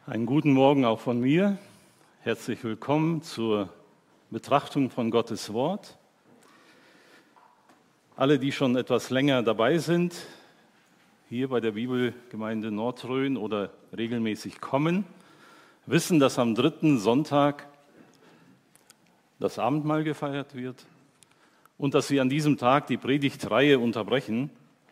Einen guten Morgen auch von mir. Herzlich willkommen zur Betrachtung von Gottes Wort. Alle, die schon etwas länger dabei sind, hier bei der Bibelgemeinde Nordrhön oder regelmäßig kommen, wissen, dass am dritten Sonntag das Abendmahl gefeiert wird und dass wir an diesem Tag die Predigtreihe unterbrechen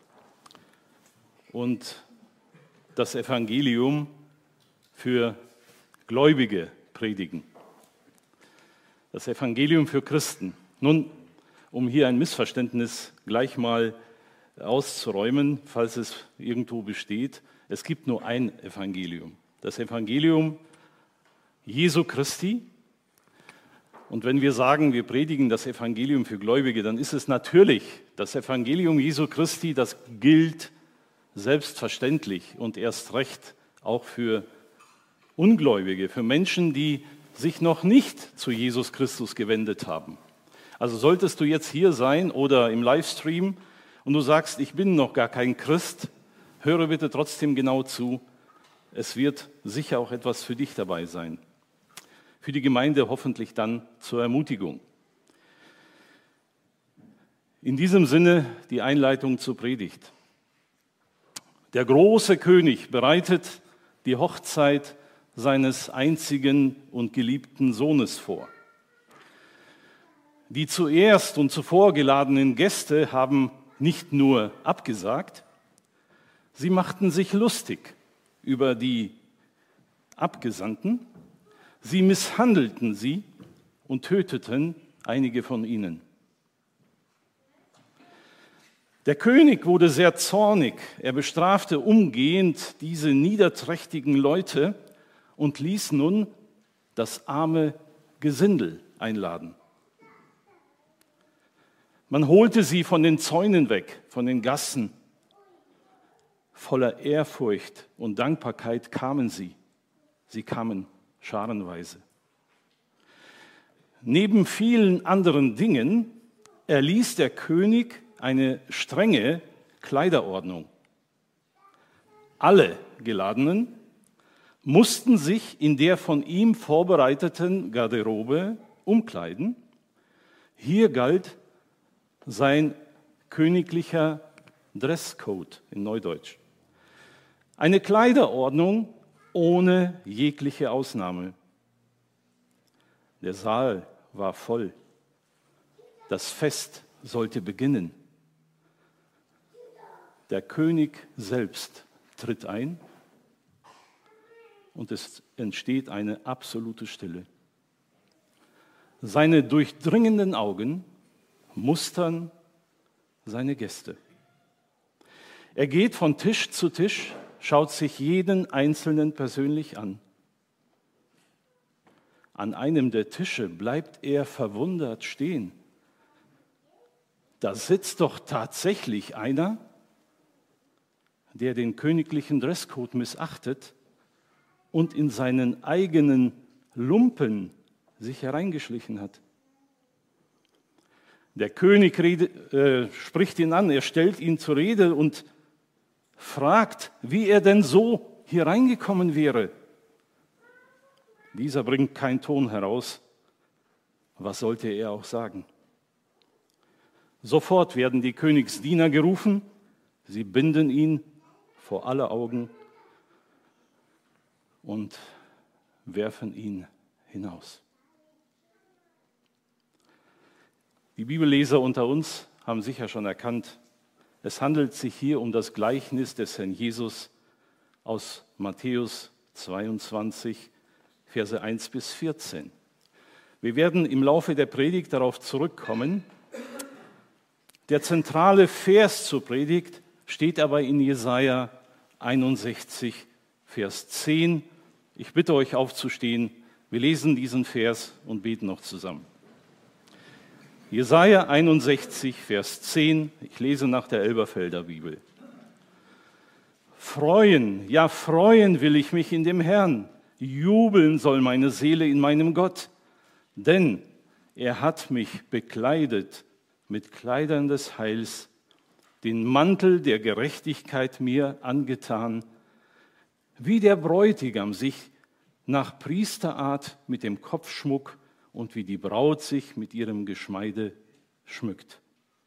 und das Evangelium für Gläubige predigen. Das Evangelium für Christen. Nun, um hier ein Missverständnis gleich mal auszuräumen, falls es irgendwo besteht, es gibt nur ein Evangelium. Das Evangelium Jesu Christi. Und wenn wir sagen, wir predigen das Evangelium für Gläubige, dann ist es natürlich das Evangelium Jesu Christi, das gilt selbstverständlich und erst recht auch für Ungläubige, für Menschen, die sich noch nicht zu Jesus Christus gewendet haben. Also solltest du jetzt hier sein oder im Livestream und du sagst, ich bin noch gar kein Christ, höre bitte trotzdem genau zu. Es wird sicher auch etwas für dich dabei sein. Für die Gemeinde hoffentlich dann zur Ermutigung. In diesem Sinne die Einleitung zur Predigt. Der große König bereitet die Hochzeit seines einzigen und geliebten Sohnes vor. Die zuerst und zuvor geladenen Gäste haben nicht nur abgesagt, sie machten sich lustig über die Abgesandten, sie misshandelten sie und töteten einige von ihnen. Der König wurde sehr zornig, er bestrafte umgehend diese niederträchtigen Leute und ließ nun das arme Gesindel einladen. Man holte sie von den Zäunen weg, von den Gassen. Voller Ehrfurcht und Dankbarkeit kamen sie. Sie kamen scharenweise. Neben vielen anderen Dingen erließ der König eine strenge Kleiderordnung. Alle Geladenen mussten sich in der von ihm vorbereiteten Garderobe umkleiden. Hier galt sein königlicher Dresscode in Neudeutsch. Eine Kleiderordnung ohne jegliche Ausnahme. Der Saal war voll. Das Fest sollte beginnen. Der König selbst tritt ein und es entsteht eine absolute Stille. Seine durchdringenden Augen mustern seine Gäste. Er geht von Tisch zu Tisch, schaut sich jeden Einzelnen persönlich an. An einem der Tische bleibt er verwundert stehen. Da sitzt doch tatsächlich einer, der den königlichen Dresscode missachtet und in seinen eigenen Lumpen sich hereingeschlichen hat. Der König spricht ihn an, er stellt ihn zur Rede und fragt, wie er denn so hier reingekommen wäre. Dieser bringt keinen Ton heraus. Was sollte er auch sagen? Sofort werden die Königsdiener gerufen, sie binden ihn vor aller Augen und werfen ihn hinaus. Die Bibelleser unter uns haben sicher schon erkannt, es handelt sich hier um das Gleichnis des Herrn Jesus aus Matthäus 22, Verse 1 bis 14. Wir werden im Laufe der Predigt darauf zurückkommen. Der zentrale Vers zur Predigt steht aber in Jesaja 61, Vers 10. Ich bitte euch aufzustehen. Wir lesen diesen Vers und beten noch zusammen. Jesaja 61, Vers 10. Ich lese nach der Elberfelder Bibel. Freuen, ja freuen will ich mich in dem Herrn. Jubeln soll meine Seele in meinem Gott. Denn er hat mich bekleidet mit Kleidern des Heils, den Mantel der Gerechtigkeit mir angetan, wie der Bräutigam sich nach Priesterart mit dem Kopfschmuck und wie die Braut sich mit ihrem Geschmeide schmückt.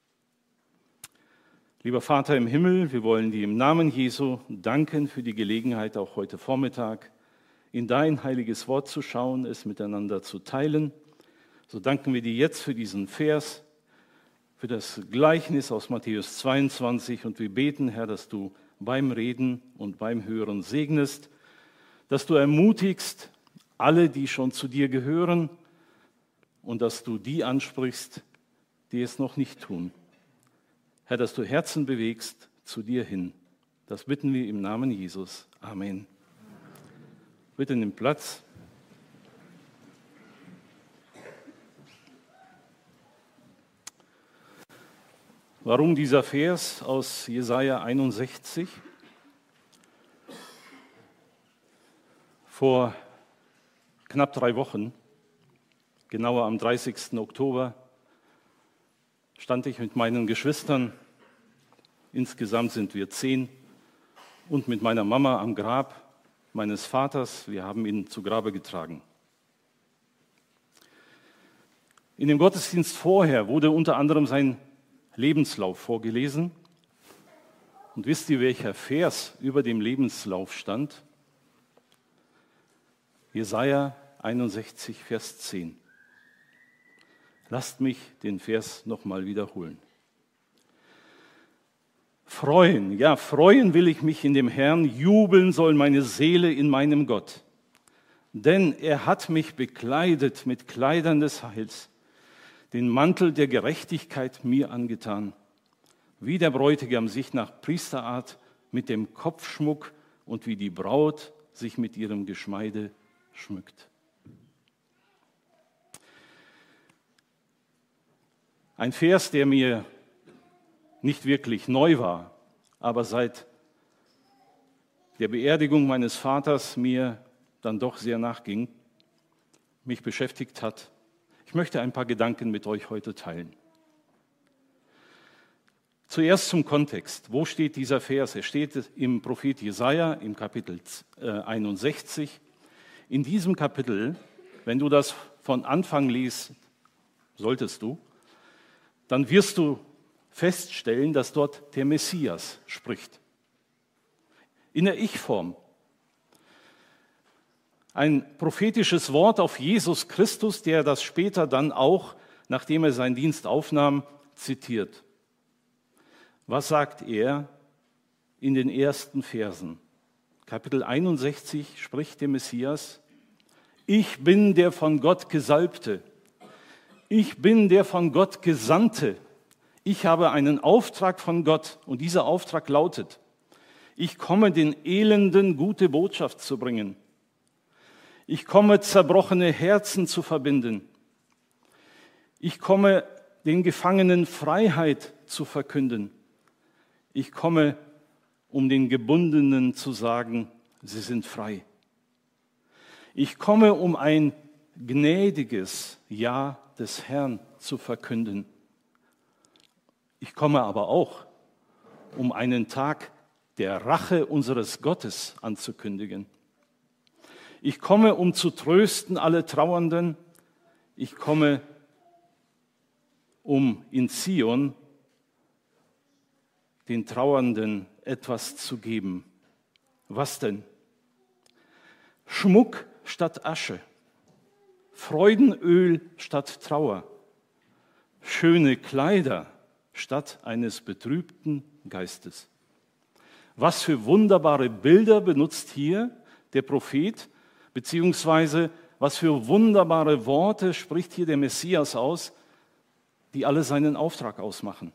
Lieber Vater im Himmel, wir wollen dir im Namen Jesu danken für die Gelegenheit, auch heute Vormittag in dein heiliges Wort zu schauen, es miteinander zu teilen. So danken wir dir jetzt für diesen Vers, für das Gleichnis aus Matthäus 22 und wir beten, Herr, dass du beim Reden und beim Hören segnest, dass du ermutigst alle, die schon zu dir gehören und dass du die ansprichst, die es noch nicht tun. Herr, dass du Herzen bewegst zu dir hin. Das bitten wir im Namen Jesus. Amen. Bitte nimm Platz. Warum dieser Vers aus Jesaja 61? Vor knapp 3 Wochen, genauer am 30. Oktober, stand ich mit meinen Geschwistern, insgesamt sind wir 10, und mit meiner Mama am Grab meines Vaters. Wir haben ihn zu Grabe getragen. In dem Gottesdienst vorher wurde unter anderem sein Lebenslauf vorgelesen. Und wisst ihr, welcher Vers über dem Lebenslauf stand? Jesaja 61, Vers 10. Lasst mich den Vers nochmal wiederholen. Freuen, ja, freuen will ich mich in dem Herrn, jubeln soll meine Seele in meinem Gott. Denn er hat mich bekleidet mit Kleidern des Heils, den Mantel der Gerechtigkeit mir angetan, wie der Bräutigam sich nach Priesterart mit dem Kopfschmuck und wie die Braut sich mit ihrem Geschmeide schmückt. Ein Vers, der mir nicht wirklich neu war, aber seit der Beerdigung meines Vaters mir dann doch sehr nachging, mich beschäftigt hat. Ich möchte ein paar Gedanken mit euch heute teilen. Zuerst zum Kontext. Wo steht dieser Vers? Er steht im Prophet Jesaja im Kapitel 61. In diesem Kapitel, wenn du das von Anfang liest, solltest du, dann wirst du feststellen, dass dort der Messias spricht. In der Ich-Form. Ein prophetisches Wort auf Jesus Christus, der das später dann auch, nachdem er seinen Dienst aufnahm, zitiert. Was sagt er in den ersten Versen? Kapitel 61 spricht der Messias: Ich bin der von Gott Gesalbte. Ich bin der von Gott Gesandte. Ich habe einen Auftrag von Gott und dieser Auftrag lautet: Ich komme den Elenden gute Botschaft zu bringen. Ich komme zerbrochene Herzen zu verbinden. Ich komme den Gefangenen Freiheit zu verkünden. Ich komme, um den Gebundenen zu sagen, sie sind frei. Ich komme, um ein gnädiges Ja des Herrn zu verkünden. Ich komme aber auch, um einen Tag der Rache unseres Gottes anzukündigen. Ich komme, um zu trösten alle Trauernden. Ich komme, um in Zion den Trauernden etwas zu geben. Was denn? Schmuck statt Asche, Freudenöl statt Trauer, schöne Kleider statt eines betrübten Geistes. Was für wunderbare Bilder benutzt hier der Prophet, beziehungsweise was für wunderbare Worte spricht hier der Messias aus, die alle seinen Auftrag ausmachen.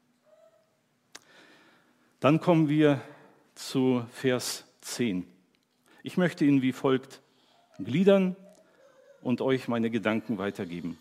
Dann kommen wir zu Vers 10. Ich möchte ihn wie folgt gliedern und euch meine Gedanken weitergeben.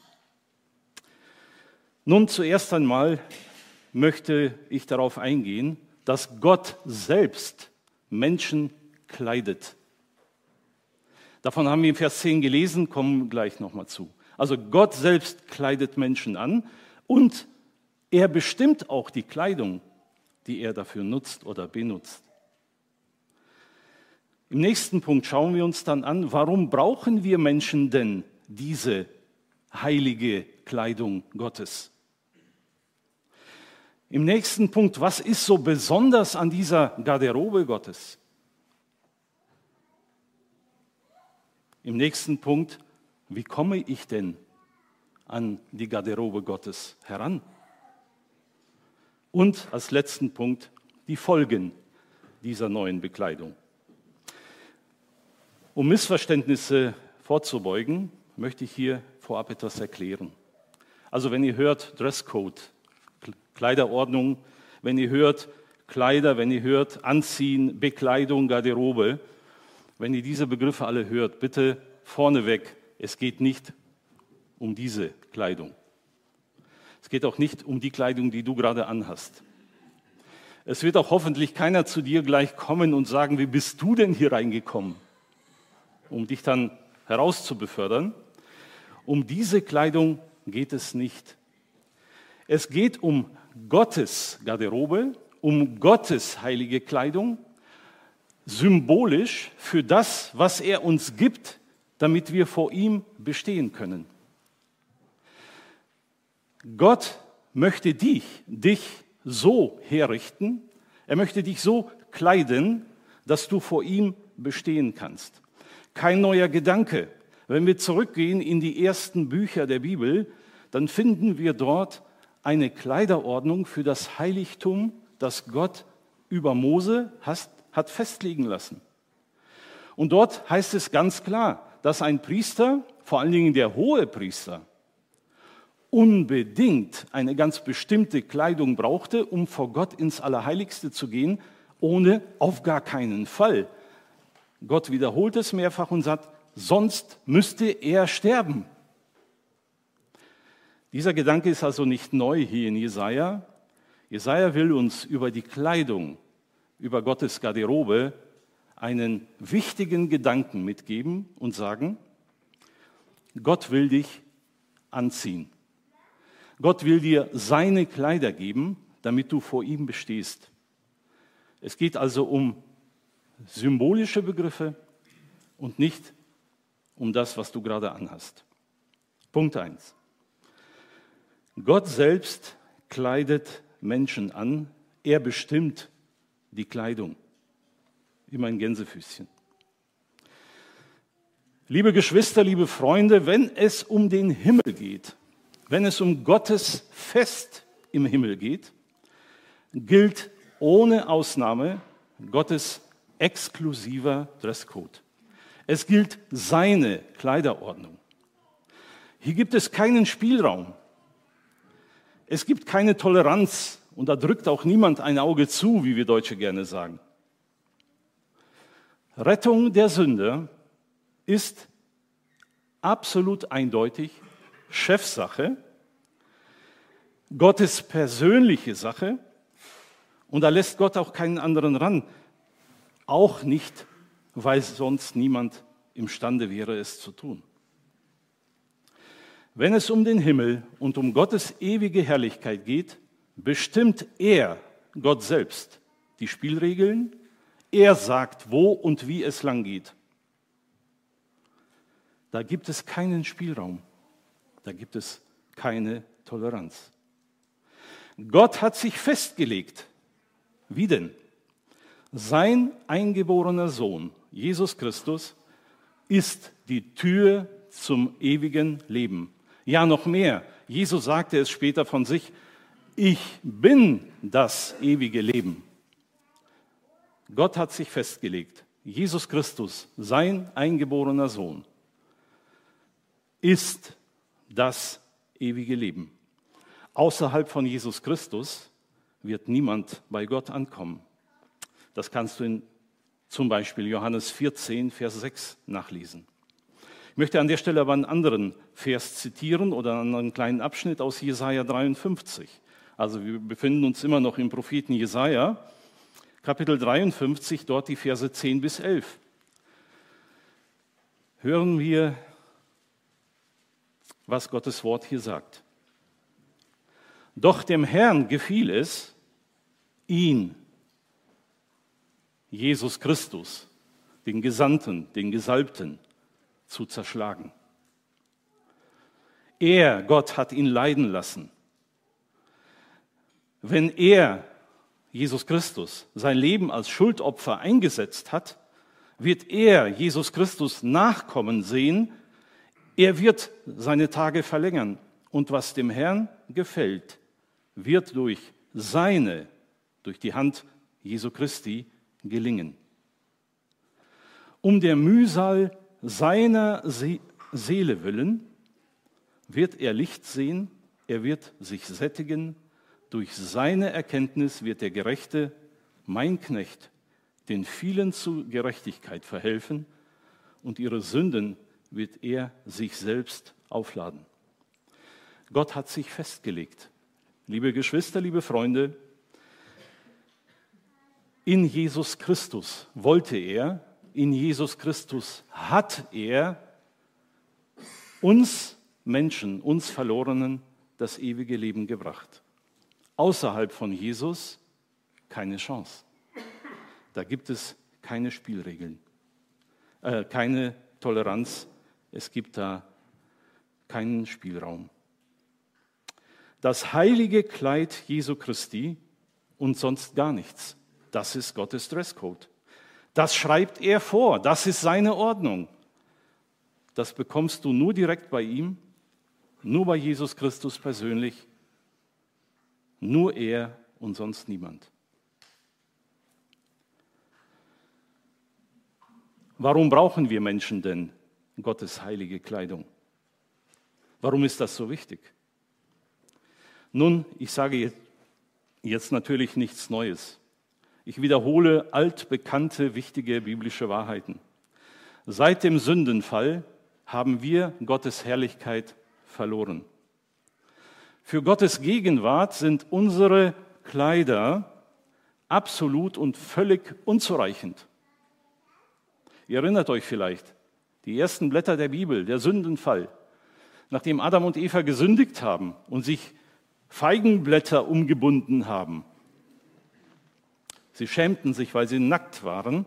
Nun, zuerst einmal möchte ich darauf eingehen, dass Gott selbst Menschen kleidet. Davon haben wir in Vers 10 gelesen, kommen gleich nochmal zu. Also Gott selbst kleidet Menschen an und er bestimmt auch die Kleidung, die er dafür nutzt oder benutzt. Im nächsten Punkt schauen wir uns dann an, warum brauchen wir Menschen denn diese heilige Kleidung Gottes? Im nächsten Punkt, was ist so besonders an dieser Garderobe Gottes? Im nächsten Punkt, wie komme ich denn an die Garderobe Gottes heran? Und als letzten Punkt die Folgen dieser neuen Bekleidung. Um Missverständnisse vorzubeugen, möchte ich hier vorab etwas erklären. Also wenn ihr hört Dresscode, Kleiderordnung, wenn ihr hört Kleider, wenn ihr hört Anziehen, Bekleidung, Garderobe, wenn ihr diese Begriffe alle hört, bitte vorneweg, es geht nicht um diese Kleidung. Es geht auch nicht um die Kleidung, die du gerade anhast. Es wird auch hoffentlich keiner zu dir gleich kommen und sagen, wie bist du denn hier reingekommen, um dich dann herauszubefördern. Um diese Kleidung geht es nicht. Es geht um Gottes Garderobe, um Gottes heilige Kleidung, symbolisch für das, was er uns gibt, damit wir vor ihm bestehen können. Gott möchte dich so herrichten, er möchte dich so kleiden, dass du vor ihm bestehen kannst. Kein neuer Gedanke. Wenn wir zurückgehen in die ersten Bücher der Bibel, dann finden wir dort eine Kleiderordnung für das Heiligtum, das Gott über Mose hat festlegen lassen. Und dort heißt es ganz klar, dass ein Priester, vor allen Dingen der Hohepriester, unbedingt eine ganz bestimmte Kleidung brauchte, um vor Gott ins Allerheiligste zu gehen, ohne auf gar keinen Fall. Gott wiederholt es mehrfach und sagt, sonst müsste er sterben. Dieser Gedanke ist also nicht neu hier in Jesaja. Jesaja will uns über die Kleidung, über Gottes Garderobe einen wichtigen Gedanken mitgeben und sagen, Gott will dich anziehen. Gott will dir seine Kleider geben, damit du vor ihm bestehst. Es geht also um symbolische Begriffe und nicht um das, was du gerade anhast. Punkt 1. Gott selbst kleidet Menschen an, er bestimmt die Kleidung. Immer ein Gänsefüßchen. Liebe Geschwister, liebe Freunde, wenn es um den Himmel geht, wenn es um Gottes Fest im Himmel geht, gilt ohne Ausnahme Gottes exklusiver Dresscode. Es gilt seine Kleiderordnung. Hier gibt es keinen Spielraum. Es gibt keine Toleranz und da drückt auch niemand ein Auge zu, wie wir Deutsche gerne sagen. Rettung der Sünder ist absolut eindeutig Chefsache, Gottes persönliche Sache und da lässt Gott auch keinen anderen ran, auch nicht, weil sonst niemand imstande wäre, es zu tun. Wenn es um den Himmel und um Gottes ewige Herrlichkeit geht, bestimmt er, Gott selbst, die Spielregeln. Er sagt, wo und wie es lang geht. Da gibt es keinen Spielraum. Da gibt es keine Toleranz. Gott hat sich festgelegt. Wie denn? Sein eingeborener Sohn, Jesus Christus, ist die Tür zum ewigen Leben. Ja, noch mehr. Jesus sagte es später von sich, ich bin das ewige Leben. Gott hat sich festgelegt. Jesus Christus, sein eingeborener Sohn, ist das ewige Leben. Außerhalb von Jesus Christus wird niemand bei Gott ankommen. Das kannst du in zum Beispiel Johannes 14, Vers 6 nachlesen. Ich möchte an der Stelle aber einen anderen Vers zitieren oder einen anderen kleinen Abschnitt aus Jesaja 53. Also wir befinden uns immer noch im Propheten Jesaja, Kapitel 53, dort die Verse 10 bis 11. Hören wir, was Gottes Wort hier sagt. Doch dem Herrn gefiel es, ihn, Jesus Christus, den Gesandten, den Gesalbten, zu zerschlagen. Er, Gott, hat ihn leiden lassen. Wenn er, Jesus Christus, sein Leben als Schuldopfer eingesetzt hat, wird er, Jesus Christus, Nachkommen sehen. Er wird seine Tage verlängern. Und was dem Herrn gefällt, wird durch die Hand Jesu Christi gelingen. Um der Mühsal seiner Seele willen wird er Licht sehen, er wird sich sättigen. Durch seine Erkenntnis wird der Gerechte, mein Knecht, den vielen zu Gerechtigkeit verhelfen, und ihre Sünden wird er sich selbst aufladen. Gott hat sich festgelegt. Liebe Geschwister, liebe Freunde, in Jesus Christus wollte er, in Jesus Christus hat er uns Menschen, uns Verlorenen, das ewige Leben gebracht. Außerhalb von Jesus keine Chance. Da gibt es keine Spielregeln, keine Toleranz, es gibt da keinen Spielraum. Das heilige Kleid Jesu Christi und sonst gar nichts, das ist Gottes Dresscode. Das schreibt er vor, das ist seine Ordnung. Das bekommst du nur direkt bei ihm, nur bei Jesus Christus persönlich, nur er und sonst niemand. Warum brauchen wir Menschen denn Gottes heilige Kleidung? Warum ist das so wichtig? Nun, ich sage jetzt natürlich nichts Neues. Ich wiederhole altbekannte, wichtige biblische Wahrheiten. Seit dem Sündenfall haben wir Gottes Herrlichkeit verloren. Für Gottes Gegenwart sind unsere Kleider absolut und völlig unzureichend. Ihr erinnert euch vielleicht, die ersten Blätter der Bibel, der Sündenfall, nachdem Adam und Eva gesündigt haben und sich Feigenblätter umgebunden haben. Sie schämten sich, weil sie nackt waren.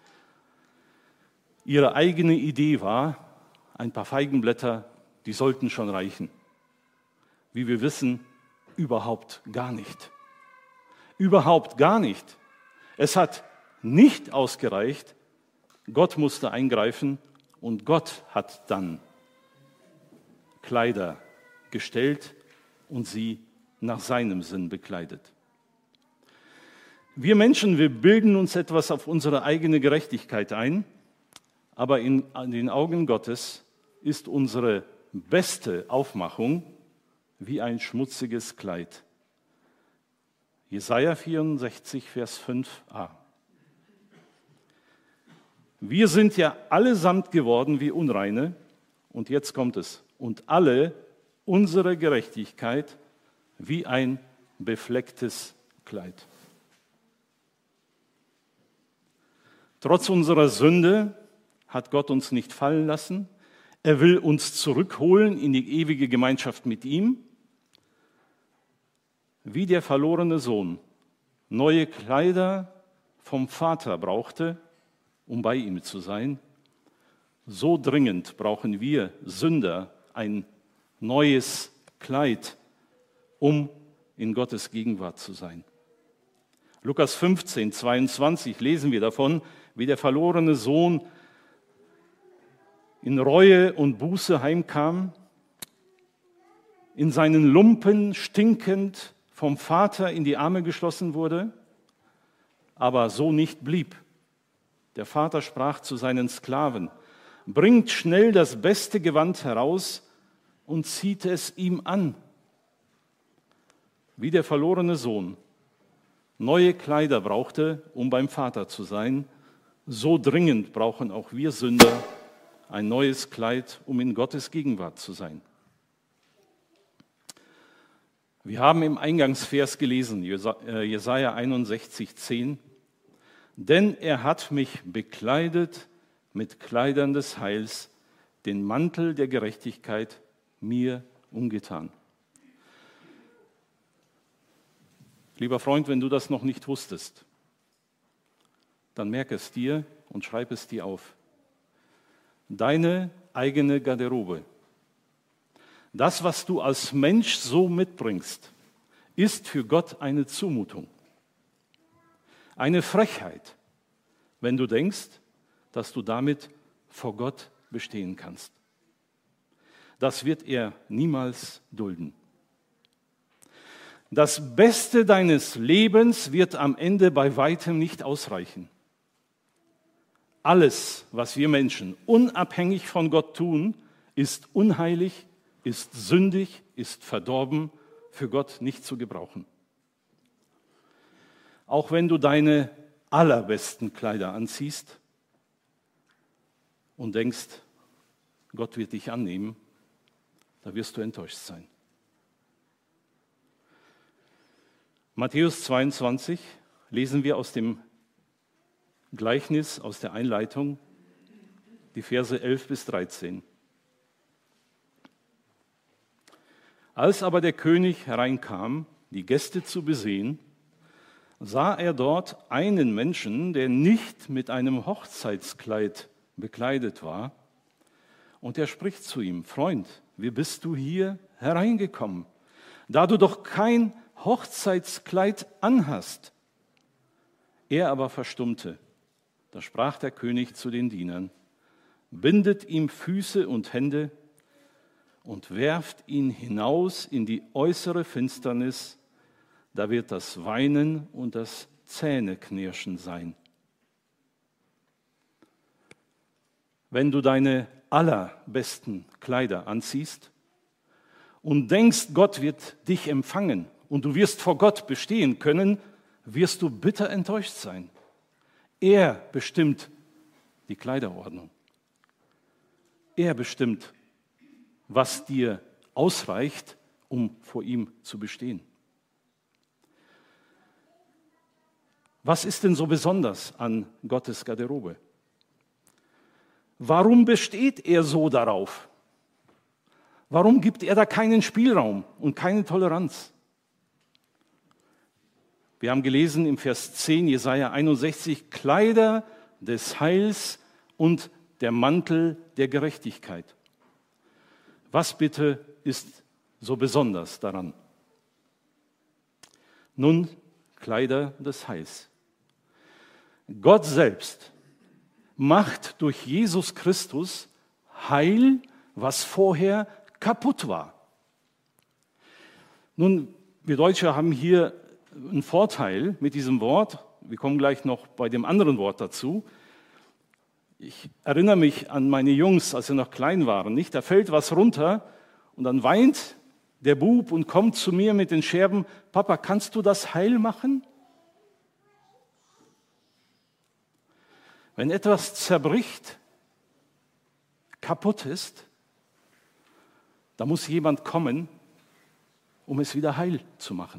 Ihre eigene Idee war, ein paar Feigenblätter, die sollten schon reichen. Wie wir wissen, überhaupt gar nicht. Überhaupt gar nicht. Es hat nicht ausgereicht. Gott musste eingreifen und Gott hat dann Kleider gestellt und sie nach seinem Sinn bekleidet. Wir Menschen, wir bilden uns etwas auf unsere eigene Gerechtigkeit ein, aber in den Augen Gottes ist unsere beste Aufmachung wie ein schmutziges Kleid. Jesaja 64, Vers 5a. Wir sind ja allesamt geworden wie Unreine, und jetzt kommt es, und alle unsere Gerechtigkeit wie ein beflecktes Kleid. Trotz unserer Sünde hat Gott uns nicht fallen lassen. Er will uns zurückholen in die ewige Gemeinschaft mit ihm. Wie der verlorene Sohn neue Kleider vom Vater brauchte, um bei ihm zu sein, so dringend brauchen wir Sünder ein neues Kleid, um in Gottes Gegenwart zu sein. Lukas 15, 22 lesen wir davon, wie der verlorene Sohn in Reue und Buße heimkam, in seinen Lumpen stinkend vom Vater in die Arme geschlossen wurde, aber so nicht blieb. Der Vater sprach zu seinen Sklaven: Bringt schnell das beste Gewand heraus und zieht es ihm an. Wie der verlorene Sohn neue Kleider brauchte, um beim Vater zu sein, so dringend brauchen auch wir Sünder ein neues Kleid, um in Gottes Gegenwart zu sein. Wir haben im Eingangsvers gelesen, Jesaja 61, 10, denn er hat mich bekleidet mit Kleidern des Heils, den Mantel der Gerechtigkeit mir umgetan. Lieber Freund, wenn du das noch nicht wusstest, dann merk es dir und schreib es dir auf. Deine eigene Garderobe. Das, was du als Mensch so mitbringst, ist für Gott eine Zumutung. Eine Frechheit, wenn du denkst, dass du damit vor Gott bestehen kannst. Das wird er niemals dulden. Das Beste deines Lebens wird am Ende bei weitem nicht ausreichen. Alles, was wir Menschen unabhängig von Gott tun, ist unheilig, ist sündig, ist verdorben, für Gott nicht zu gebrauchen. Auch wenn du deine allerbesten Kleider anziehst und denkst, Gott wird dich annehmen, da wirst du enttäuscht sein. Matthäus 22 lesen wir aus dem Gleichnis, aus der Einleitung, die Verse 11 bis 13. Als aber der König hereinkam, die Gäste zu besehen, sah er dort einen Menschen, der nicht mit einem Hochzeitskleid bekleidet war. Und er spricht zu ihm: Freund, wie bist du hier hereingekommen, da du doch kein Hochzeitskleid anhast? Er aber verstummte. Da sprach der König zu den Dienern: Bindet ihm Füße und Hände und werft ihn hinaus in die äußere Finsternis, da wird das Weinen und das Zähneknirschen sein. Wenn du deine allerbesten Kleider anziehst und denkst, Gott wird dich empfangen und du wirst vor Gott bestehen können, wirst du bitter enttäuscht sein. Er bestimmt die Kleiderordnung. Er bestimmt, was dir ausreicht, um vor ihm zu bestehen. Was ist denn so besonders an Gottes Garderobe? Warum besteht er so darauf? Warum gibt er da keinen Spielraum und keine Toleranz? Wir haben gelesen im Vers 10, Jesaja 61, Kleider des Heils und der Mantel der Gerechtigkeit. Was bitte ist so besonders daran? Nun, Kleider des Heils. Gott selbst macht durch Jesus Christus heil, was vorher kaputt war. Nun, wir Deutsche haben hier einen Vorteil mit diesem Wort. Wir kommen gleich noch bei dem anderen Wort dazu. Ich erinnere mich an meine Jungs, als sie noch klein waren. Nicht? Da fällt was runter und dann weint der Bub und kommt zu mir mit den Scherben: Papa, kannst du das heil machen? Wenn etwas zerbricht, kaputt ist, da muss jemand kommen, um es wieder heil zu machen.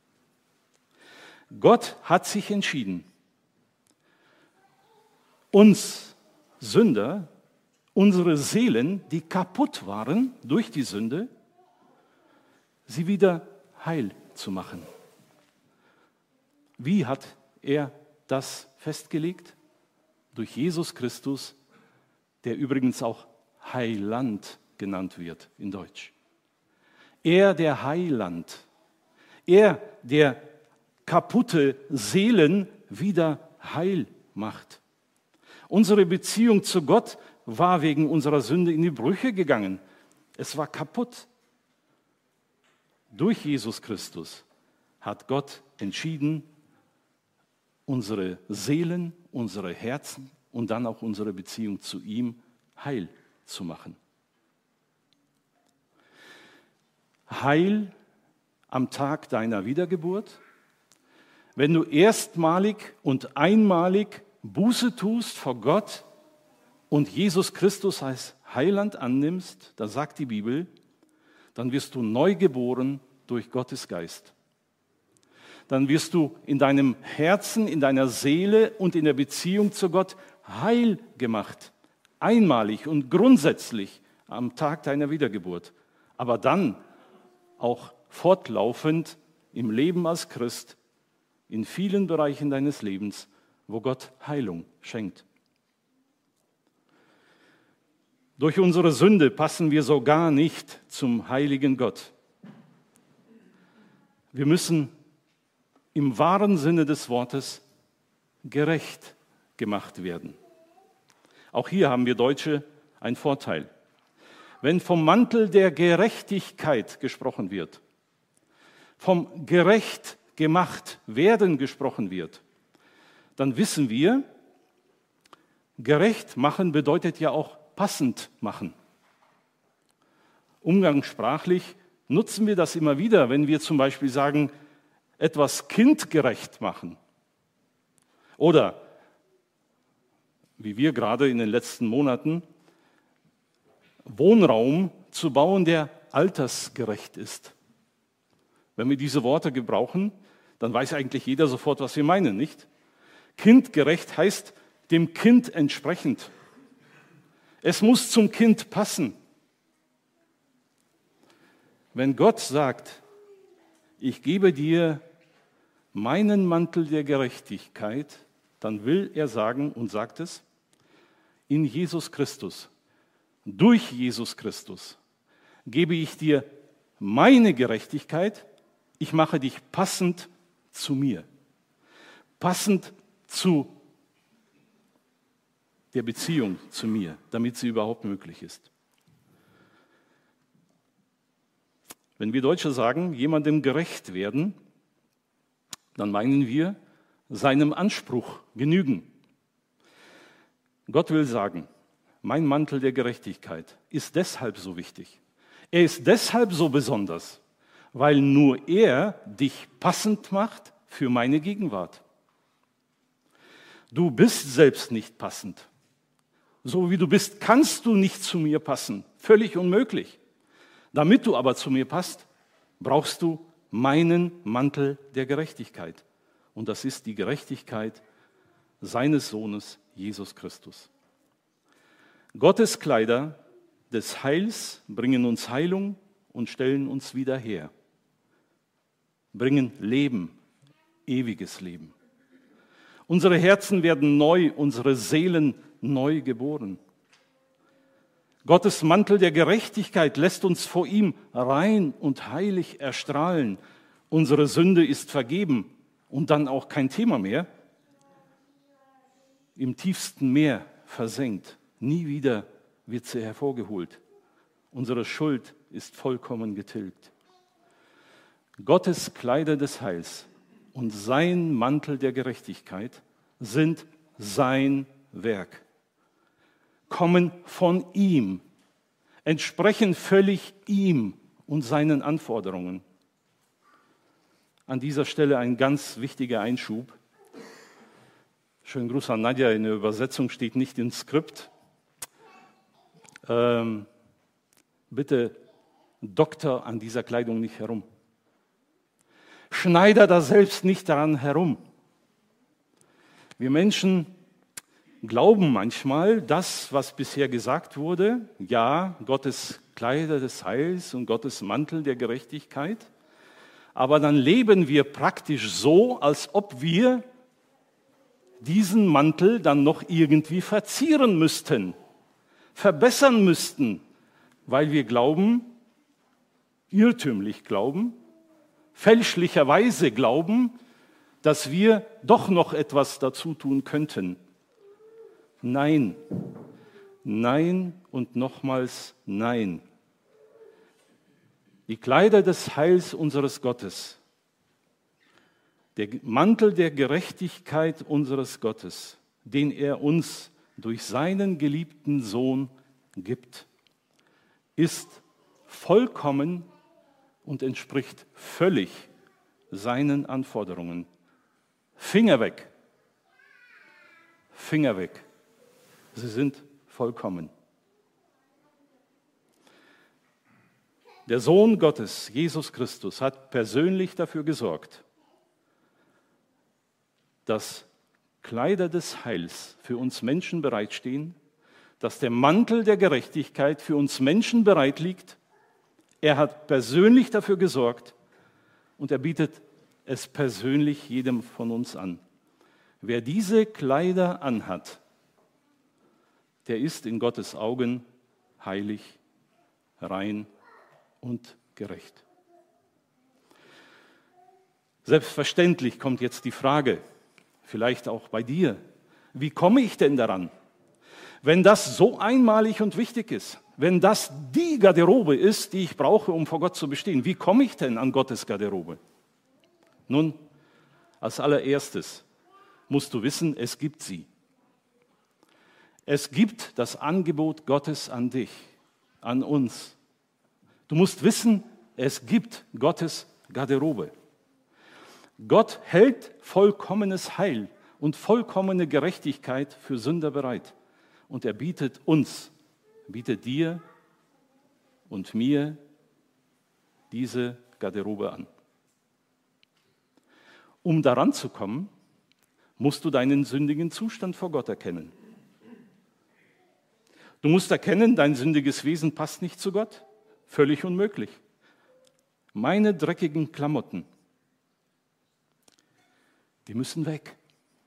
Gott hat sich entschieden, uns Sünder, unsere Seelen, die kaputt waren durch die Sünde, sie wieder heil zu machen. Wie hat er das festgelegt? Durch Jesus Christus, der übrigens auch Heiland genannt wird in Deutsch. Er, der Heiland, er, der kaputte Seelen wieder heil macht. Unsere Beziehung zu Gott war wegen unserer Sünde in die Brüche gegangen. Es war kaputt. Durch Jesus Christus hat Gott entschieden, unsere Seelen, unsere Herzen und dann auch unsere Beziehung zu ihm heil zu machen. Heil am Tag deiner Wiedergeburt, wenn du erstmalig und einmalig Buße tust vor Gott und Jesus Christus als Heiland annimmst, da sagt die Bibel, dann wirst du neu geboren durch Gottes Geist. Dann wirst du in deinem Herzen, in deiner Seele und in der Beziehung zu Gott heil gemacht. Einmalig und grundsätzlich am Tag deiner Wiedergeburt. Aber dann auch fortlaufend im Leben als Christ, in vielen Bereichen deines Lebens, wo Gott Heilung schenkt. Durch unsere Sünde passen wir sogar nicht zum heiligen Gott. Wir müssen im wahren Sinne des Wortes gerecht gemacht werden. Auch hier haben wir Deutsche einen Vorteil. Wenn vom Mantel der Gerechtigkeit gesprochen wird, vom gerecht gemacht werden gesprochen wird, dann wissen wir, gerecht machen bedeutet ja auch passend machen. Umgangssprachlich nutzen wir das immer wieder, wenn wir zum Beispiel sagen, etwas kindgerecht machen. Oder, wie wir gerade in den letzten Monaten, Wohnraum zu bauen, der altersgerecht ist. Wenn wir diese Worte gebrauchen, dann weiß eigentlich jeder sofort, was wir meinen, nicht? Kindgerecht heißt dem Kind entsprechend. Es muss zum Kind passen. Wenn Gott sagt, ich gebe dir meinen Mantel der Gerechtigkeit, dann will er sagen und sagt es, in Jesus Christus, durch Jesus Christus gebe ich dir meine Gerechtigkeit, ich mache dich passend zu mir, passend zu der Beziehung zu mir, damit sie überhaupt möglich ist. Wenn wir Deutsche sagen, jemandem gerecht werden, dann meinen wir, seinem Anspruch genügen. Gott will sagen, mein Mantel der Gerechtigkeit ist deshalb so wichtig. Er ist deshalb so besonders, weil nur er dich passend macht für meine Gegenwart. Du bist selbst nicht passend. So wie du bist, kannst du nicht zu mir passen. Völlig unmöglich. Damit du aber zu mir passt, brauchst du meinen Mantel der Gerechtigkeit. Und das ist die Gerechtigkeit seines Sohnes Jesus Christus. Gottes Kleider des Heils bringen uns Heilung und stellen uns wieder her. Bringen Leben, ewiges Leben. Unsere Herzen werden neu, unsere Seelen neu geboren. Gottes Mantel der Gerechtigkeit lässt uns vor ihm rein und heilig erstrahlen. Unsere Sünde ist vergeben und dann auch kein Thema mehr. Im tiefsten Meer versenkt. Nie wieder wird sie hervorgeholt. Unsere Schuld ist vollkommen getilgt. Gottes Kleider des Heils und sein Mantel der Gerechtigkeit sind sein Werk. Kommen von ihm, entsprechen völlig ihm und seinen Anforderungen. An dieser Stelle ein ganz wichtiger Einschub. Schönen Gruß an Nadja, in der Übersetzung steht nicht im Skript. Bitte Doktor an dieser Kleidung nicht herum. Schneider da selbst nicht daran herum. Wir Menschen glauben manchmal, das, was bisher gesagt wurde, ja, Gottes Kleider des Heils und Gottes Mantel der Gerechtigkeit, aber dann leben wir praktisch so, als ob wir diesen Mantel dann noch irgendwie verzieren müssten, verbessern müssten, weil wir glauben, irrtümlich glauben, fälschlicherweise glauben, dass wir doch noch etwas dazu tun könnten. Nein, nein und nochmals nein. Die Kleider des Heils unseres Gottes, der Mantel der Gerechtigkeit unseres Gottes, den er uns durch seinen geliebten Sohn gibt, ist vollkommen und entspricht völlig seinen Anforderungen. Finger weg. Finger weg. Sie sind vollkommen. Der Sohn Gottes, Jesus Christus, hat persönlich dafür gesorgt, dass Kleider des Heils für uns Menschen bereitstehen, dass der Mantel der Gerechtigkeit für uns Menschen bereit liegt. Er hat persönlich dafür gesorgt und er bietet es persönlich jedem von uns an. Wer diese Kleider anhat, der ist in Gottes Augen heilig, rein und gerecht. Selbstverständlich kommt jetzt die Frage, vielleicht auch bei dir, wie komme ich denn daran? Wenn das so einmalig und wichtig ist, wenn das die Garderobe ist, die ich brauche, um vor Gott zu bestehen, wie komme ich denn an Gottes Garderobe? Nun, als allererstes musst du wissen, es gibt sie. Es gibt das Angebot Gottes an dich, an uns. Du musst wissen, es gibt Gottes Garderobe. Gott hält vollkommenes Heil und vollkommene Gerechtigkeit für Sünder bereit. Und er bietet dir und mir diese Garderobe an. Um daran zu kommen, musst du deinen sündigen Zustand vor Gott erkennen. Du musst erkennen, dein sündiges Wesen passt nicht zu Gott. Völlig unmöglich. Meine dreckigen Klamotten, die müssen weg.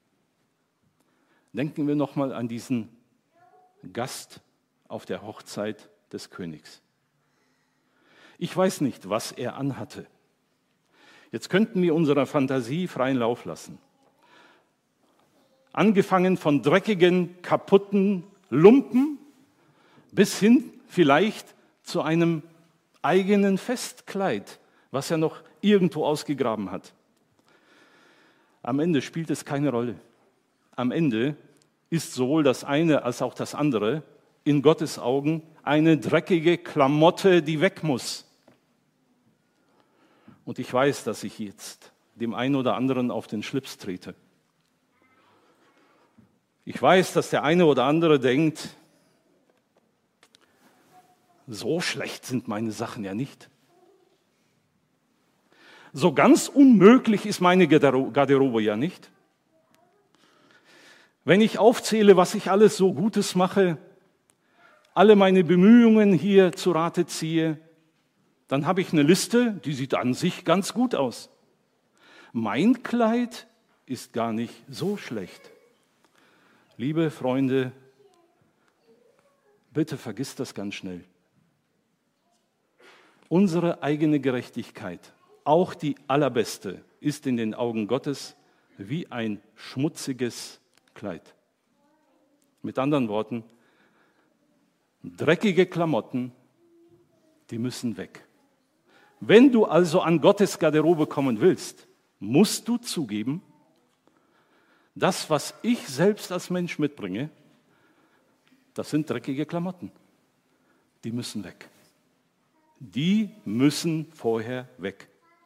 Denken wir nochmal an diesen Gast auf der Hochzeit des Königs. Ich weiß nicht, was er anhatte. Jetzt könnten wir unserer Fantasie freien Lauf lassen. Angefangen von dreckigen, kaputten Lumpen bis hin vielleicht zu einem eigenen Festkleid, was er noch irgendwo ausgegraben hat. Am Ende spielt es keine Rolle. Am Ende ist sowohl das eine als auch das andere in Gottes Augen eine dreckige Klamotte, die weg muss. Und ich weiß, dass ich jetzt dem einen oder anderen auf den Schlips trete. Ich weiß, dass der eine oder andere denkt, so schlecht sind meine Sachen ja nicht. So ganz unmöglich ist meine Garderobe ja nicht. Wenn ich aufzähle, was ich alles so Gutes mache, alle meine Bemühungen hier zu Rate ziehe, dann habe ich eine Liste, die sieht an sich ganz gut aus. Mein Kleid ist gar nicht so schlecht. Liebe Freunde, bitte vergisst das ganz schnell. Unsere eigene Gerechtigkeit, auch die allerbeste, ist in den Augen Gottes wie ein schmutziges Kleid. Mit anderen Worten, dreckige Klamotten, die müssen weg. Wenn du also an Gottes Garderobe kommen willst, musst du zugeben, das, was ich selbst als Mensch mitbringe, das sind dreckige Klamotten. Die müssen weg. Die müssen vorher weg.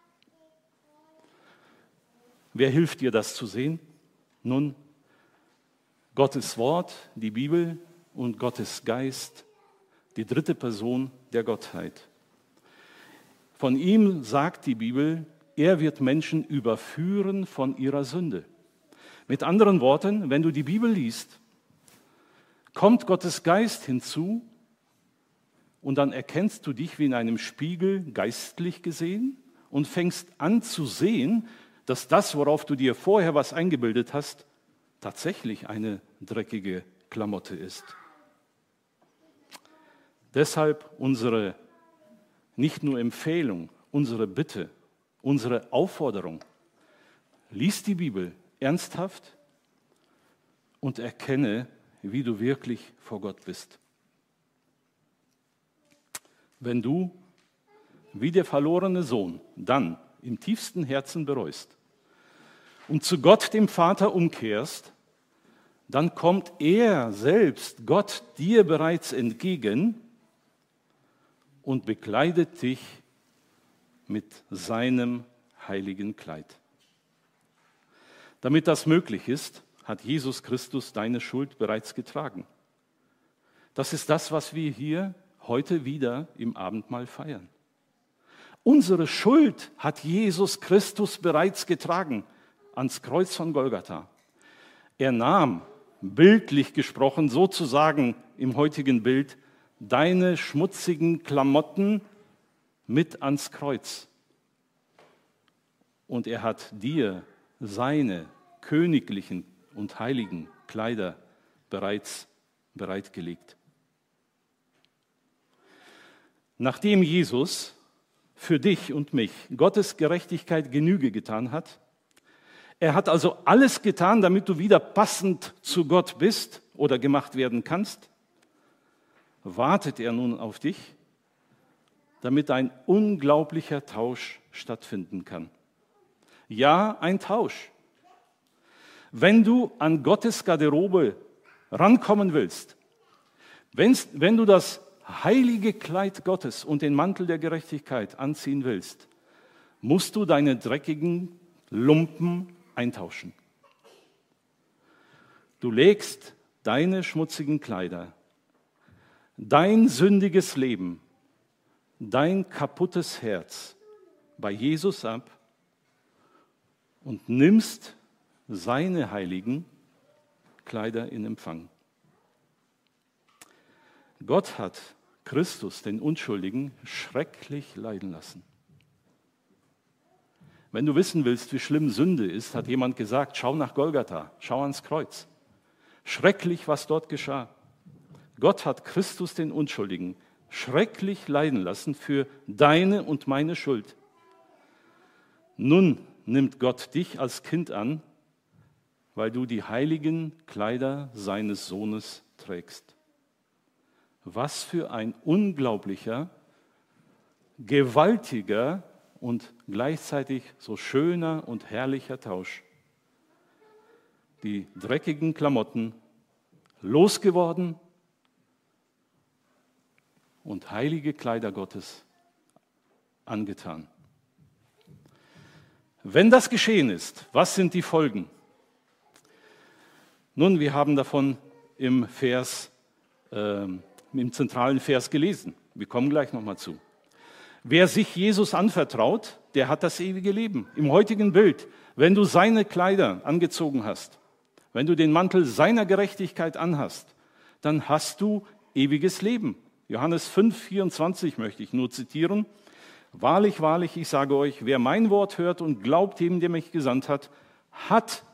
Wer hilft dir, das zu sehen? Nun, Gottes Wort, die Bibel und Gottes Geist, die dritte Person der Gottheit. Von ihm sagt die Bibel, er wird Menschen überführen von ihrer Sünde. Mit anderen Worten, wenn du die Bibel liest, kommt Gottes Geist hinzu und dann erkennst du dich wie in einem Spiegel geistlich gesehen und fängst an zu sehen, dass das, worauf du dir vorher was eingebildet hast, tatsächlich eine dreckige Klamotte ist. Deshalb unsere nicht nur Empfehlung, unsere Bitte, unsere Aufforderung. Lies die Bibel ernsthaft und erkenne, wie du wirklich vor Gott bist. Wenn du, wie der verlorene Sohn, dann im tiefsten Herzen bereust und zu Gott, dem Vater, umkehrst, dann kommt er selbst, Gott, dir bereits entgegen und bekleidet dich mit seinem heiligen Kleid. Damit das möglich ist, hat Jesus Christus deine Schuld bereits getragen. Das ist das, was wir hier heute wieder im Abendmahl feiern. Unsere Schuld hat Jesus Christus bereits getragen ans Kreuz von Golgatha. Er nahm, bildlich gesprochen, sozusagen im heutigen Bild, deine schmutzigen Klamotten mit ans Kreuz. Und er hat dir seine königlichen und heiligen Kleider bereits bereitgelegt. Nachdem Jesus für dich und mich Gottes Gerechtigkeit Genüge getan hat, er hat also alles getan, damit du wieder passend zu Gott bist oder gemacht werden kannst, wartet er nun auf dich, damit ein unglaublicher Tausch stattfinden kann. Ja, ein Tausch. Wenn du an Gottes Garderobe rankommen willst, wenn du das heilige Kleid Gottes und den Mantel der Gerechtigkeit anziehen willst, musst du deine dreckigen Lumpen eintauschen. Du legst deine schmutzigen Kleider, dein sündiges Leben, dein kaputtes Herz bei Jesus ab und nimmst seine heiligen Kleider in Empfang. Gott hat Christus, den Unschuldigen, schrecklich leiden lassen. Wenn du wissen willst, wie schlimm Sünde ist, hat jemand gesagt, schau nach Golgatha, schau ans Kreuz. Schrecklich, was dort geschah. Gott hat Christus, den Unschuldigen, schrecklich leiden lassen für deine und meine Schuld. Nun nimmt Gott dich als Kind an, weil du die heiligen Kleider seines Sohnes trägst. Was für ein unglaublicher, gewaltiger und gleichzeitig so schöner und herrlicher Tausch. Die dreckigen Klamotten losgeworden und heilige Kleider Gottes angetan. Wenn das geschehen ist, was sind die Folgen? Nun, wir haben davon im zentralen Vers gelesen. Wir kommen gleich nochmal zu. Wer sich Jesus anvertraut, der hat das ewige Leben. Im heutigen Bild, wenn du seine Kleider angezogen hast, wenn du den Mantel seiner Gerechtigkeit anhast, dann hast du ewiges Leben. Johannes 5,24 möchte ich nur zitieren. Wahrlich, wahrlich, ich sage euch, wer mein Wort hört und glaubt dem, der mich gesandt hat, hat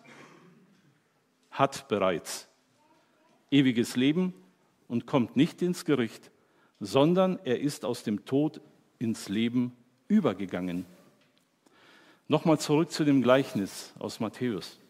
bereits ewiges Leben und kommt nicht ins Gericht, sondern er ist aus dem Tod ins Leben übergegangen. Nochmal zurück zu dem Gleichnis aus Matthäus.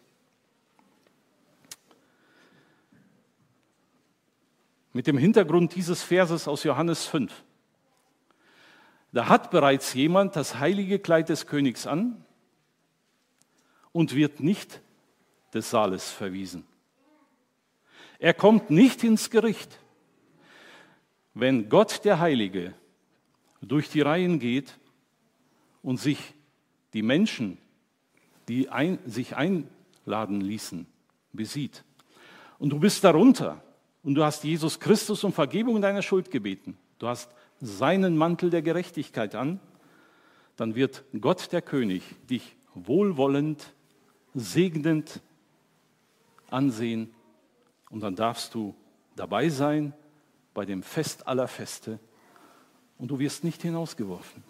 Mit dem Hintergrund dieses Verses aus Johannes 5. Da hat bereits jemand das heilige Kleid des Königs an und wird nicht des Saales verwiesen. Er kommt nicht ins Gericht. Wenn Gott, der Heilige, durch die Reihen geht und sich die Menschen, die sich einladen ließen, besieht, und du bist darunter und du hast Jesus Christus um Vergebung deiner Schuld gebeten, du hast seinen Mantel der Gerechtigkeit an, dann wird Gott, der König, dich wohlwollend, segnend ansehen und dann darfst du dabei sein bei dem Fest aller Feste und du wirst nicht hinausgeworfen.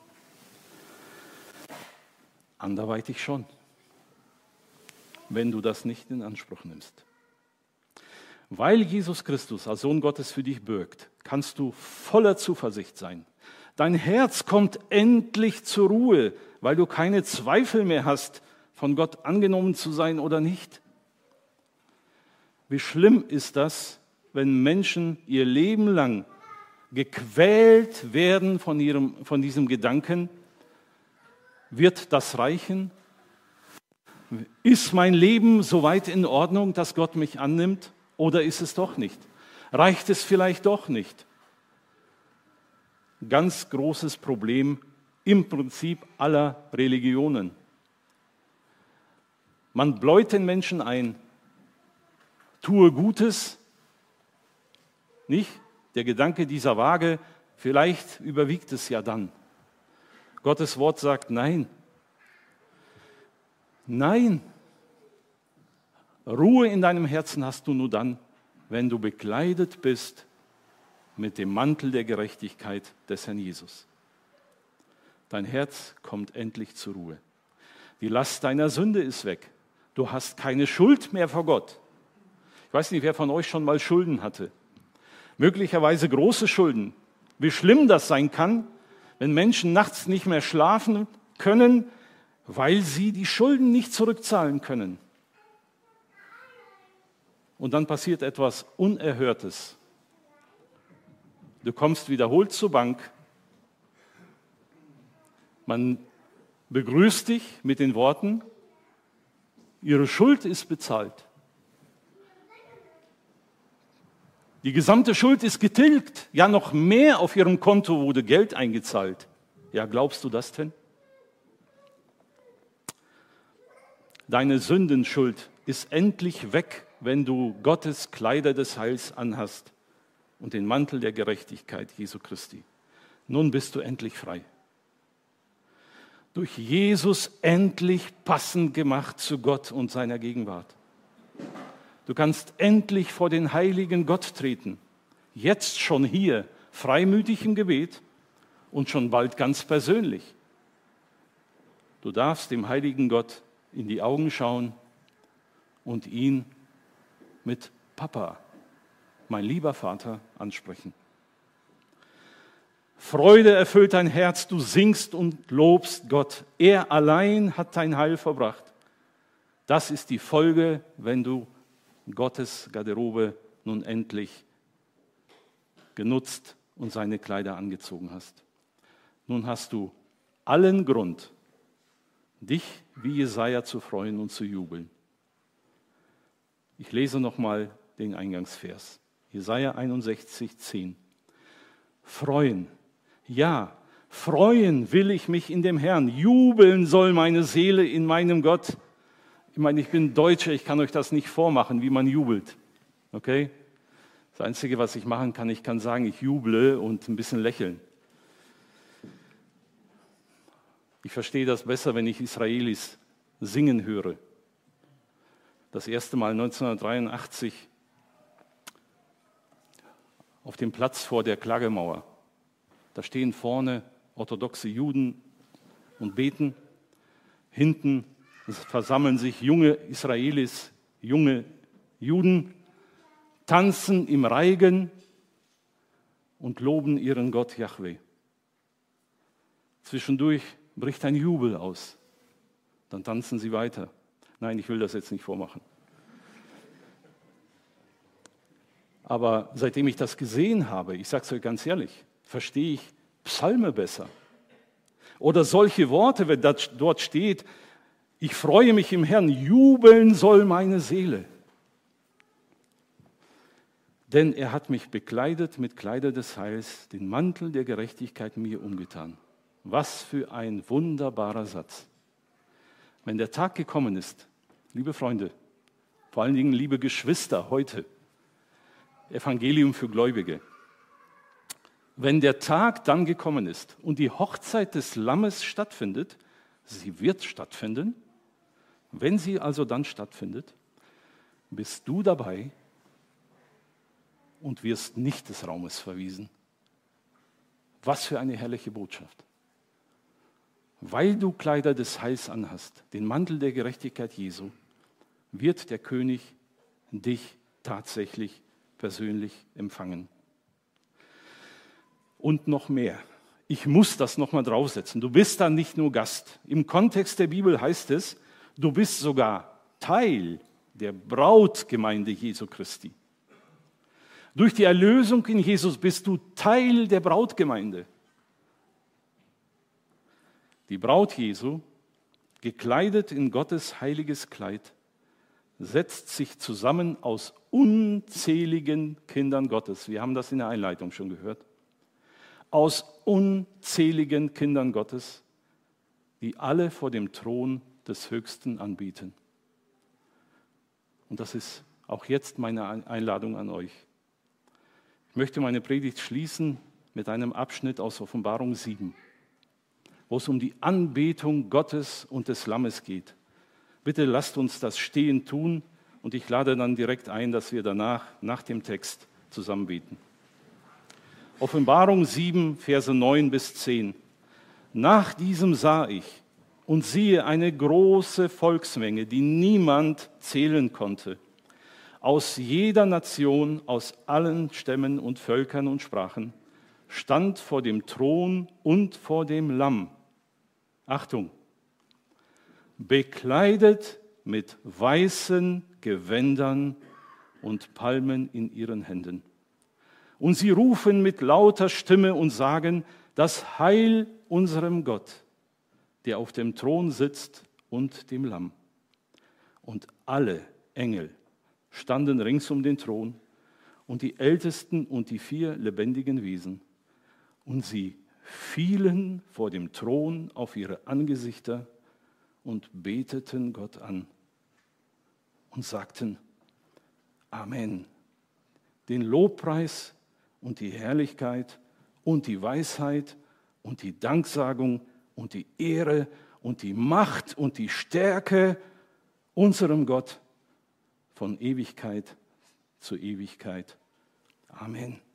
Anderweitig schon, wenn du das nicht in Anspruch nimmst. Weil Jesus Christus als Sohn Gottes für dich bürgt, kannst du voller Zuversicht sein. Dein Herz kommt endlich zur Ruhe, weil du keine Zweifel mehr hast, von Gott angenommen zu sein oder nicht. Wie schlimm ist das, wenn Menschen ihr Leben lang gequält werden von diesem Gedanken, wird das reichen? Ist mein Leben so weit in Ordnung, dass Gott mich annimmt? Oder ist es doch nicht? Reicht es vielleicht doch nicht? Ganz großes Problem im Prinzip aller Religionen. Man bläut den Menschen ein, tue Gutes, nicht? Der Gedanke dieser Waage, vielleicht überwiegt es ja dann. Gottes Wort sagt nein. Nein. Ruhe in deinem Herzen hast du nur dann, wenn du bekleidet bist mit dem Mantel der Gerechtigkeit des Herrn Jesus. Dein Herz kommt endlich zur Ruhe. Die Last deiner Sünde ist weg. Du hast keine Schuld mehr vor Gott. Ich weiß nicht, wer von euch schon mal Schulden hatte. Möglicherweise große Schulden, wie schlimm das sein kann, wenn Menschen nachts nicht mehr schlafen können, weil sie die Schulden nicht zurückzahlen können. Und dann passiert etwas Unerhörtes. Du kommst wiederholt zur Bank. Man begrüßt dich mit den Worten, Ihre Schuld ist bezahlt. Die gesamte Schuld ist getilgt. Ja, noch mehr auf Ihrem Konto wurde Geld eingezahlt. Ja, glaubst du das denn? Deine Sündenschuld ist endlich weg, wenn du Gottes Kleider des Heils anhast und den Mantel der Gerechtigkeit Jesu Christi. Nun bist du endlich frei. Durch Jesus endlich passend gemacht zu Gott und seiner Gegenwart. Du kannst endlich vor den heiligen Gott treten, jetzt schon hier, freimütig im Gebet und schon bald ganz persönlich. Du darfst dem heiligen Gott in die Augen schauen und ihn mit Papa, mein lieber Vater, ansprechen. Freude erfüllt dein Herz, du singst und lobst Gott. Er allein hat dein Heil verbracht. Das ist die Folge, wenn du Gottes Garderobe nun endlich genutzt und seine Kleider angezogen hast. Nun hast du allen Grund, dich wie Jesaja zu freuen und zu jubeln. Ich lese nochmal den Eingangsvers. Jesaja 61,10. Freuen, ja, freuen will ich mich in dem Herrn. Jubeln soll meine Seele in meinem Gott. Ich meine, ich bin Deutscher, ich kann euch das nicht vormachen, wie man jubelt. Okay? Das Einzige, was ich machen kann, ich kann sagen, ich juble und ein bisschen lächeln. Ich verstehe das besser, wenn ich Israelis singen höre. Das erste Mal 1983 auf dem Platz vor der Klagemauer. Da stehen vorne orthodoxe Juden und beten. Hinten versammeln sich junge Israelis, junge Juden, tanzen im Reigen und loben ihren Gott Jahwe. Zwischendurch bricht ein Jubel aus. Dann tanzen sie weiter. Nein, ich will das jetzt nicht vormachen. Aber seitdem ich das gesehen habe, ich sage es euch ganz ehrlich, verstehe ich Psalme besser. Oder solche Worte, wenn das dort steht, ich freue mich im Herrn, jubeln soll meine Seele. Denn er hat mich bekleidet mit Kleider des Heils, den Mantel der Gerechtigkeit mir umgetan. Was für ein wunderbarer Satz. Wenn der Tag gekommen ist, liebe Freunde, vor allen Dingen liebe Geschwister heute, Evangelium für Gläubige, wenn der Tag dann gekommen ist und die Hochzeit des Lammes stattfindet, sie wird stattfinden, wenn sie also dann stattfindet, bist du dabei und wirst nicht des Raumes verwiesen. Was für eine herrliche Botschaft. Weil du Kleider des Heils anhast, den Mantel der Gerechtigkeit Jesu, wird der König dich tatsächlich persönlich empfangen. Und noch mehr. Ich muss das nochmal draufsetzen. Du bist dann nicht nur Gast. Im Kontext der Bibel heißt es, du bist sogar Teil der Brautgemeinde Jesu Christi. Durch die Erlösung in Jesus bist du Teil der Brautgemeinde. Die Braut Jesu, gekleidet in Gottes heiliges Kleid, setzt sich zusammen aus unzähligen Kindern Gottes. Wir haben das in der Einleitung schon gehört. Aus unzähligen Kindern Gottes, die alle vor dem Thron des Höchsten anbieten. Und das ist auch jetzt meine Einladung an euch. Ich möchte meine Predigt schließen mit einem Abschnitt aus Offenbarung 7, wo es um die Anbetung Gottes und des Lammes geht. Bitte lasst uns das stehen tun und ich lade dann direkt ein, dass wir danach, nach dem Text, zusammen beten. Offenbarung 7, Verse 9 bis 10. Nach diesem sah ich und siehe eine große Volksmenge, die niemand zählen konnte, aus jeder Nation, aus allen Stämmen und Völkern und Sprachen, stand vor dem Thron und vor dem Lamm. Achtung! Bekleidet mit weißen Gewändern und Palmen in ihren Händen. Und sie rufen mit lauter Stimme und sagen, das Heil unserem Gott, der auf dem Thron sitzt und dem Lamm. Und alle Engel standen rings um den Thron und die Ältesten und die 4 lebendigen Wesen. Und sie fielen vor dem Thron auf ihre Angesichter und beteten Gott an und sagten, Amen. Den Lobpreis und die Herrlichkeit und die Weisheit und die Danksagung und die Ehre und die Macht und die Stärke unserem Gott von Ewigkeit zu Ewigkeit. Amen.